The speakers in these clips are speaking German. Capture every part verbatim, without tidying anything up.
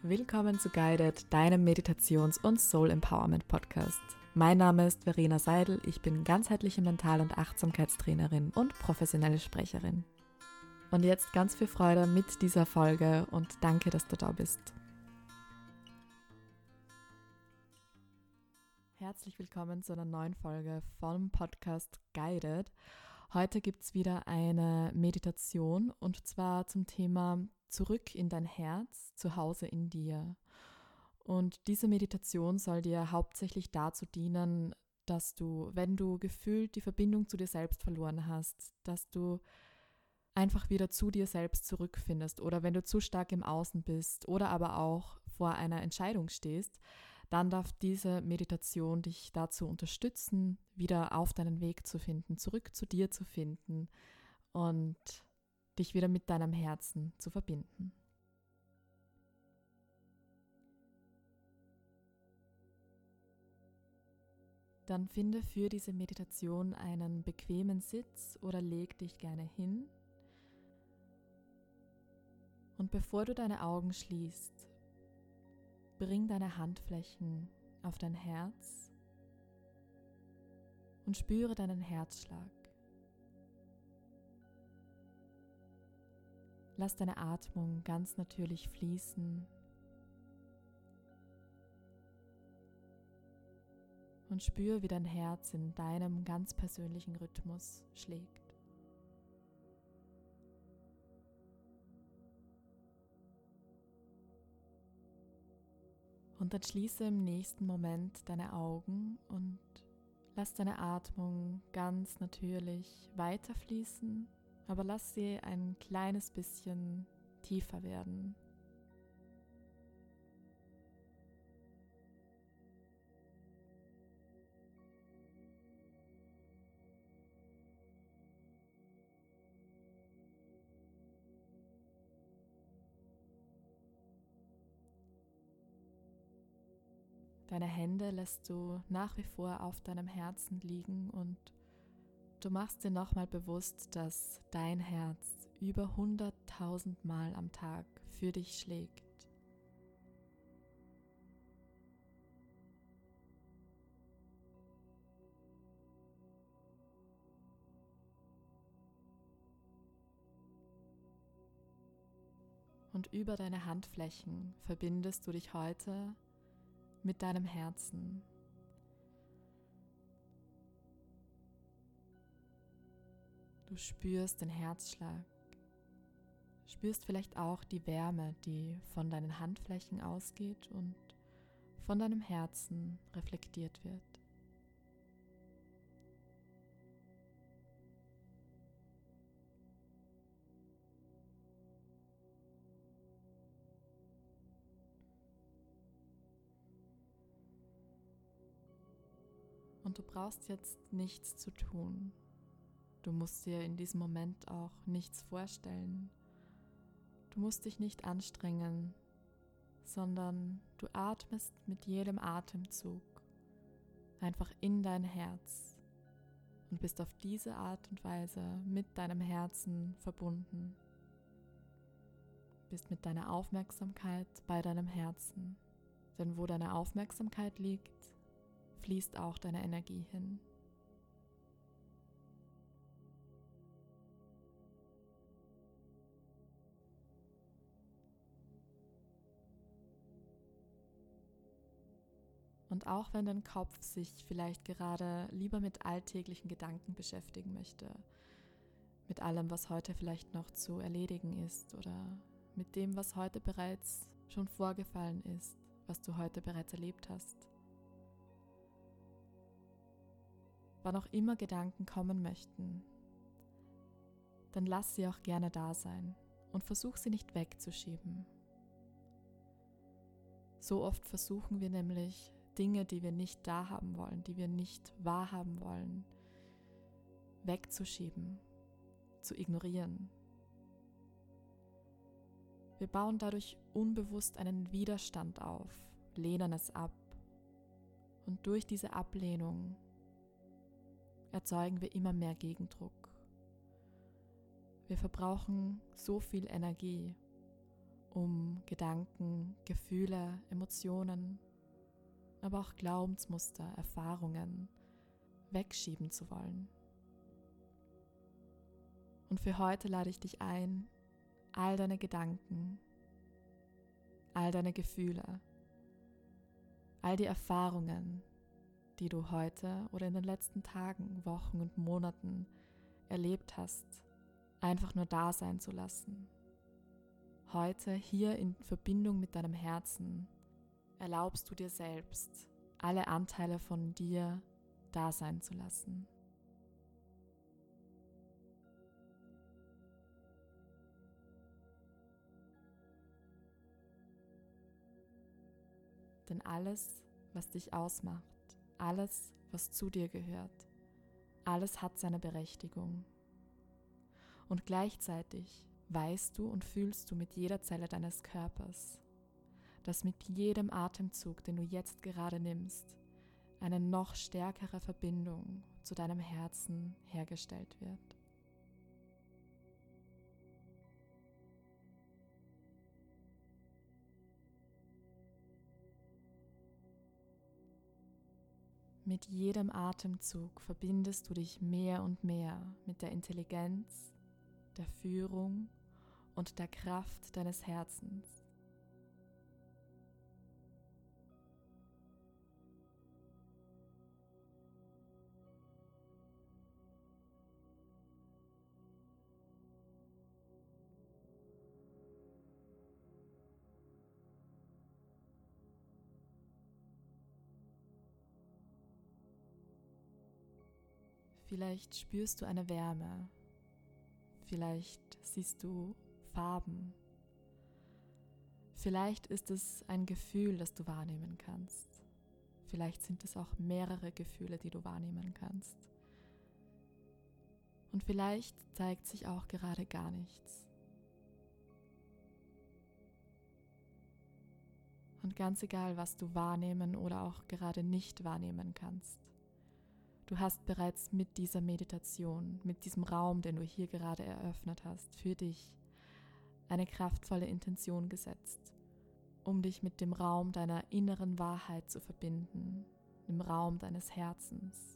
Willkommen zu Guided, deinem Meditations- und Soul-Empowerment-Podcast. Mein Name ist Verena Seidel, ich bin ganzheitliche Mental- und Achtsamkeitstrainerin und professionelle Sprecherin. Und jetzt ganz viel Freude mit dieser Folge und danke, dass du da bist. Herzlich willkommen zu einer neuen Folge vom Podcast Guided. Heute gibt es wieder eine Meditation und zwar zum Thema Zurück in dein Herz, zu Hause in dir. Und diese Meditation soll dir hauptsächlich dazu dienen, dass du, wenn du gefühlt die Verbindung zu dir selbst verloren hast, dass du einfach wieder zu dir selbst zurückfindest oder wenn du zu stark im Außen bist oder aber auch vor einer Entscheidung stehst, dann darf diese Meditation dich dazu unterstützen, wieder auf deinen Weg zu finden, zurück zu dir zu finden und dich wieder mit deinem Herzen zu verbinden. Dann finde für diese Meditation einen bequemen Sitz oder leg dich gerne hin. Und bevor du deine Augen schließt, bring deine Handflächen auf dein Herz und spüre deinen Herzschlag. Lass deine Atmung ganz natürlich fließen und spüre, wie dein Herz in deinem ganz persönlichen Rhythmus schlägt. Und dann schließe im nächsten Moment deine Augen und lass deine Atmung ganz natürlich weiterfließen, aber lass sie ein kleines bisschen tiefer werden. Deine Hände lässt du nach wie vor auf deinem Herzen liegen und du machst dir nochmal bewusst, dass dein Herz über hunderttausend Mal am Tag für dich schlägt. Und über deine Handflächen verbindest du dich heute mit deinem Herzen. Du spürst den Herzschlag, spürst vielleicht auch die Wärme, die von deinen Handflächen ausgeht und von deinem Herzen reflektiert wird. Und du brauchst jetzt nichts zu tun. Du musst dir in diesem Moment auch nichts vorstellen. Du musst dich nicht anstrengen, sondern du atmest mit jedem Atemzug einfach in dein Herz und bist auf diese Art und Weise mit deinem Herzen verbunden. Bist mit deiner Aufmerksamkeit bei deinem Herzen. Denn wo deine Aufmerksamkeit liegt, fließt auch deine Energie hin. Und auch wenn dein Kopf sich vielleicht gerade lieber mit alltäglichen Gedanken beschäftigen möchte, mit allem, was heute vielleicht noch zu erledigen ist oder mit dem, was heute bereits schon vorgefallen ist, was du heute bereits erlebt hast. Wann auch immer Gedanken kommen möchten, dann lass sie auch gerne da sein und versuch sie nicht wegzuschieben. So oft versuchen wir nämlich, Dinge, die wir nicht da haben wollen, die wir nicht wahrhaben wollen, wegzuschieben, zu ignorieren. Wir bauen dadurch unbewusst einen Widerstand auf, lehnen es ab und durch diese Ablehnung erzeugen wir immer mehr Gegendruck. Wir verbrauchen so viel Energie um Gedanken, Gefühle, Emotionen, aber auch Glaubensmuster, Erfahrungen wegschieben zu wollen. Und für heute lade ich dich ein, all deine Gedanken, all deine Gefühle, all die Erfahrungen, die du heute oder in den letzten Tagen, Wochen und Monaten erlebt hast, einfach nur da sein zu lassen. Heute, hier in Verbindung mit deinem Herzen, erlaubst du dir selbst, alle Anteile von dir da sein zu lassen. Denn alles, was dich ausmacht, alles, was zu dir gehört, alles hat seine Berechtigung. Und gleichzeitig weißt du und fühlst du mit jeder Zelle deines Körpers, dass mit jedem Atemzug, den du jetzt gerade nimmst, eine noch stärkere Verbindung zu deinem Herzen hergestellt wird. Mit jedem Atemzug verbindest du dich mehr und mehr mit der Intelligenz, der Führung und der Kraft deines Herzens. Vielleicht spürst du eine Wärme, vielleicht siehst du Farben, vielleicht ist es ein Gefühl, das du wahrnehmen kannst, vielleicht sind es auch mehrere Gefühle, die du wahrnehmen kannst und vielleicht zeigt sich auch gerade gar nichts. Und ganz egal, was du wahrnehmen oder auch gerade nicht wahrnehmen kannst, du hast bereits mit dieser Meditation, mit diesem Raum, den du hier gerade eröffnet hast, für dich eine kraftvolle Intention gesetzt, um dich mit dem Raum deiner inneren Wahrheit zu verbinden, im Raum deines Herzens.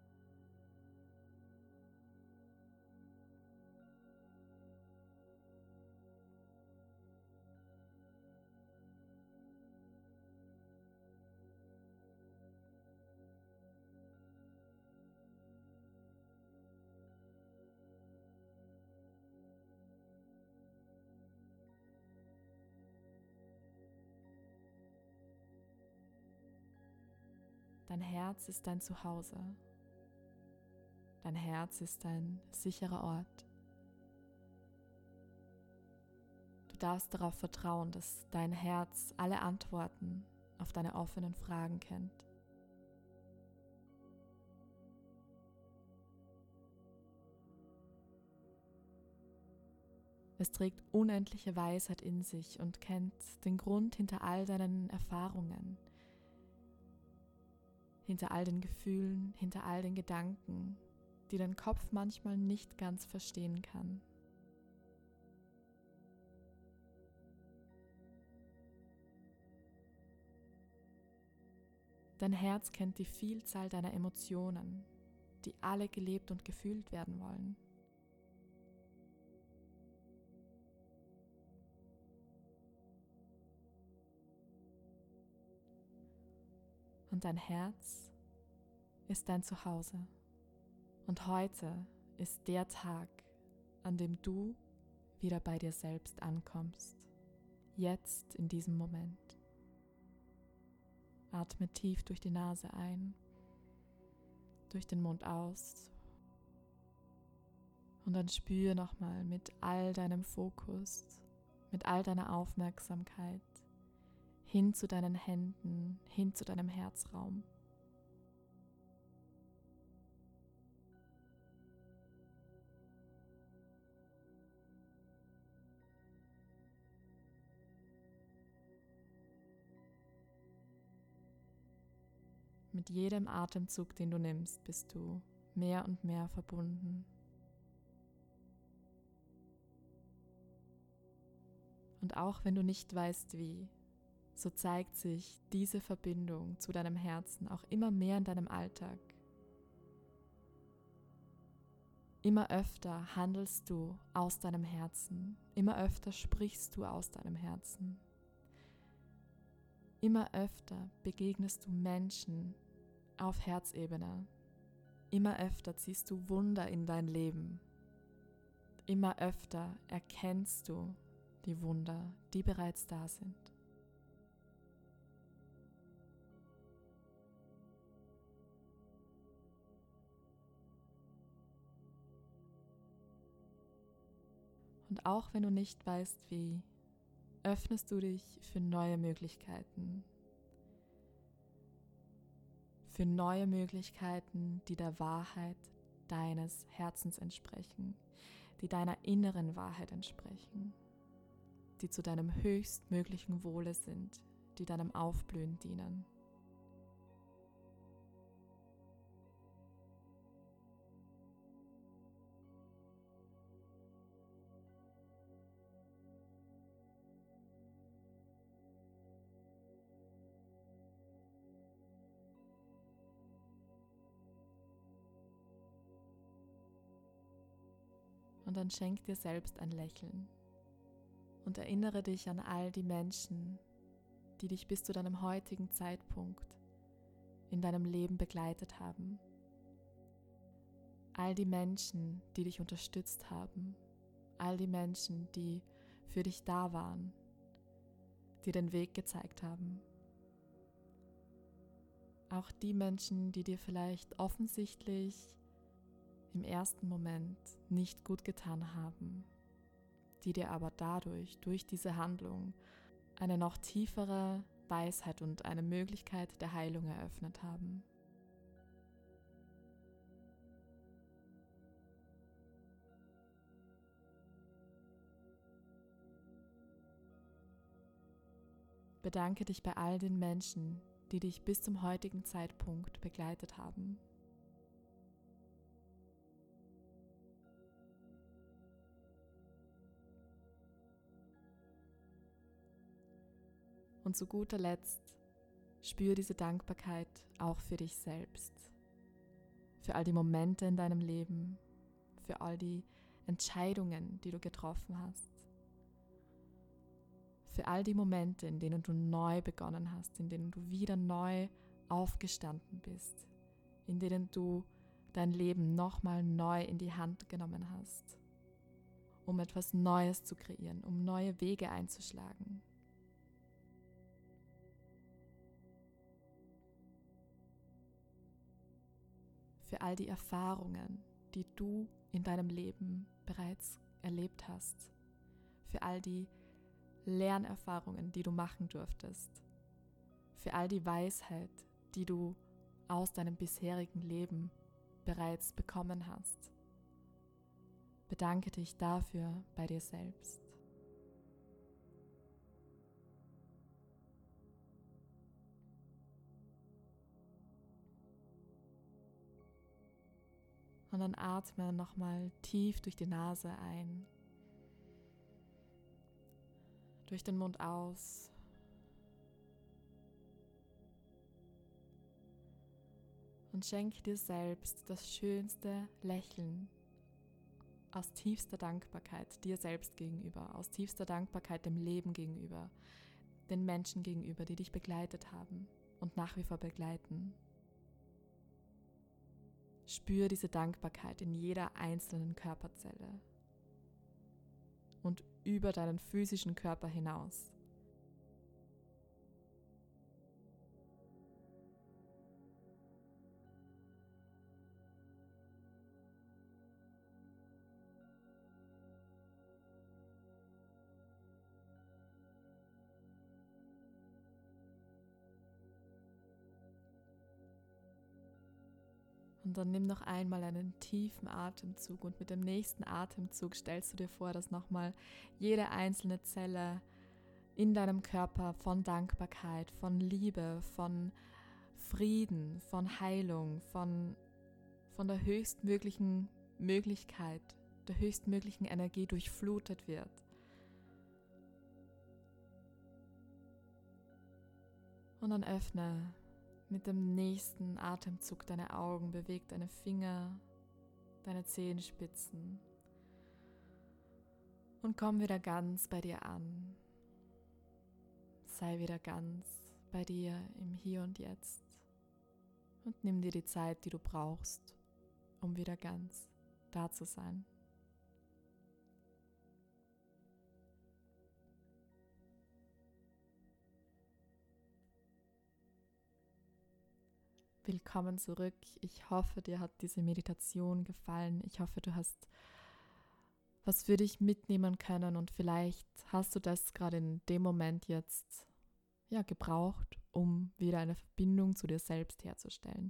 Dein Herz ist dein Zuhause. Dein Herz ist ein sicherer Ort. Du darfst darauf vertrauen, dass dein Herz alle Antworten auf deine offenen Fragen kennt. Es trägt unendliche Weisheit in sich und kennt den Grund hinter all deinen Erfahrungen, hinter all den Gefühlen, hinter all den Gedanken, die dein Kopf manchmal nicht ganz verstehen kann. Dein Herz kennt die Vielzahl deiner Emotionen, die alle gelebt und gefühlt werden wollen. Und dein Herz ist dein Zuhause. Und heute ist der Tag, an dem du wieder bei dir selbst ankommst. Jetzt in diesem Moment. Atme tief durch die Nase ein, durch den Mund aus. Und dann spüre nochmal mit all deinem Fokus, mit all deiner Aufmerksamkeit hin zu deinen Händen, hin zu deinem Herzraum. Mit jedem Atemzug, den du nimmst, bist du mehr und mehr verbunden. Und auch wenn du nicht weißt wie, so zeigt sich diese Verbindung zu deinem Herzen auch immer mehr in deinem Alltag. Immer öfter handelst du aus deinem Herzen, immer öfter sprichst du aus deinem Herzen. Immer öfter begegnest du Menschen auf Herzebene. Immer öfter ziehst du Wunder in dein Leben. Immer öfter erkennst du die Wunder, die bereits da sind. Und auch wenn du nicht weißt wie, öffnest du dich für neue Möglichkeiten. Für neue Möglichkeiten, die der Wahrheit deines Herzens entsprechen, die deiner inneren Wahrheit entsprechen, die zu deinem höchstmöglichen Wohle sind, die deinem Aufblühen dienen. Und dann schenk dir selbst ein Lächeln und erinnere dich an all die Menschen, die dich bis zu deinem heutigen Zeitpunkt in deinem Leben begleitet haben. All die Menschen, die dich unterstützt haben, all die Menschen, die für dich da waren, die den Weg gezeigt haben. Auch die Menschen, die dir vielleicht offensichtlich im ersten Moment nicht gut getan haben, die dir aber dadurch, durch diese Handlung, eine noch tiefere Weisheit und eine Möglichkeit der Heilung eröffnet haben. Bedanke dich bei all den Menschen, die dich bis zum heutigen Zeitpunkt begleitet haben. Und zu guter Letzt, spür diese Dankbarkeit auch für dich selbst, für all die Momente in deinem Leben, für all die Entscheidungen, die du getroffen hast, für all die Momente, in denen du neu begonnen hast, in denen du wieder neu aufgestanden bist, in denen du dein Leben nochmal neu in die Hand genommen hast, um etwas Neues zu kreieren, um neue Wege einzuschlagen. Für all die Erfahrungen, die du in deinem Leben bereits erlebt hast, für all die Lernerfahrungen, die du machen durftest, für all die Weisheit, die du aus deinem bisherigen Leben bereits bekommen hast. Bedanke dich dafür bei dir selbst. Und dann atme nochmal tief durch die Nase ein, durch den Mund aus. Und schenke dir selbst das schönste Lächeln aus tiefster Dankbarkeit dir selbst gegenüber, aus tiefster Dankbarkeit dem Leben gegenüber, den Menschen gegenüber, die dich begleitet haben und nach wie vor begleiten. Spür diese Dankbarkeit in jeder einzelnen Körperzelle und über deinen physischen Körper hinaus. Und dann nimm noch einmal einen tiefen Atemzug und mit dem nächsten Atemzug stellst du dir vor, dass nochmal jede einzelne Zelle in deinem Körper von Dankbarkeit, von Liebe, von Frieden, von Heilung, von, von der höchstmöglichen Möglichkeit, der höchstmöglichen Energie durchflutet wird. Und dann öffne mit dem nächsten Atemzug deine Augen, beweg deine Finger, deine Zehenspitzen und komm wieder ganz bei dir an. Sei wieder ganz bei dir im Hier und Jetzt und nimm dir die Zeit, die du brauchst, um wieder ganz da zu sein. Willkommen zurück. Ich hoffe, dir hat diese Meditation gefallen. Ich hoffe, du hast was für dich mitnehmen können und vielleicht hast du das gerade in dem Moment jetzt ja, gebraucht, um wieder eine Verbindung zu dir selbst herzustellen.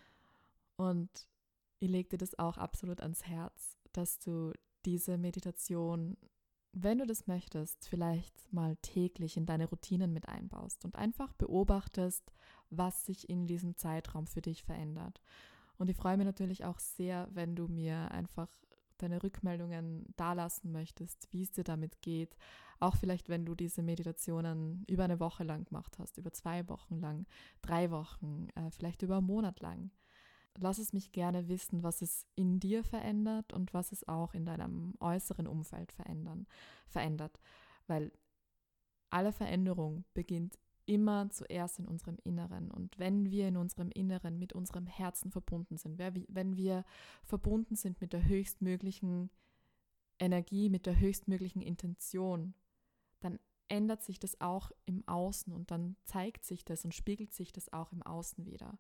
Und ich lege dir das auch absolut ans Herz, dass du diese Meditation, wenn du das möchtest, vielleicht mal täglich in deine Routinen mit einbaust und einfach beobachtest, was sich in diesem Zeitraum für dich verändert. Und ich freue mich natürlich auch sehr, wenn du mir einfach deine Rückmeldungen dalassen möchtest, wie es dir damit geht. Auch vielleicht, wenn du diese Meditationen über eine Woche lang gemacht hast, über zwei Wochen lang, drei Wochen, äh, vielleicht über einen Monat lang. Lass es mich gerne wissen, was es in dir verändert und was es auch in deinem äußeren Umfeld verändern, verändert. Weil alle Veränderung beginnt immer zuerst in unserem Inneren. Und wenn wir in unserem Inneren mit unserem Herzen verbunden sind, wenn wir verbunden sind mit der höchstmöglichen Energie, mit der höchstmöglichen Intention, dann ändert sich das auch im Außen und dann zeigt sich das und spiegelt sich das auch im Außen wieder.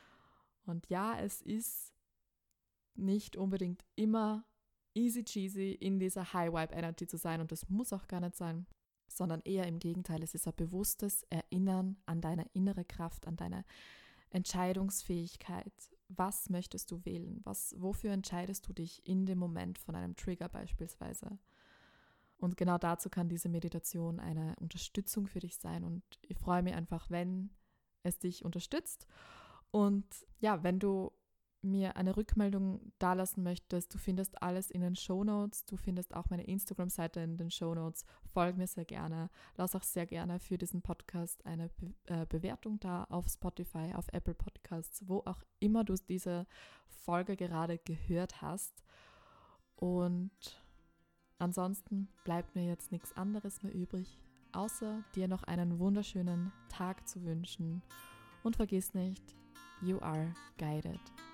Und ja, es ist nicht unbedingt immer easy cheesy in dieser High Vibe Energy zu sein und das muss auch gar nicht sein, sondern eher im Gegenteil, es ist ein bewusstes Erinnern an deine innere Kraft, an deine Entscheidungsfähigkeit. Was möchtest du wählen? Was, wofür entscheidest du dich in dem Moment von einem Trigger beispielsweise? Und genau dazu kann diese Meditation eine Unterstützung für dich sein und ich freue mich einfach, wenn es dich unterstützt. Und ja, wenn du mir eine Rückmeldung dalassen möchtest, du findest alles in den Shownotes, du findest auch meine Instagram-Seite in den Shownotes, folg mir sehr gerne, lass auch sehr gerne für diesen Podcast eine Be- äh, Bewertung da auf Spotify, auf Apple Podcasts, wo auch immer du diese Folge gerade gehört hast. Und ansonsten bleibt mir jetzt nichts anderes mehr übrig, außer dir noch einen wunderschönen Tag zu wünschen und vergiss nicht, you are guided.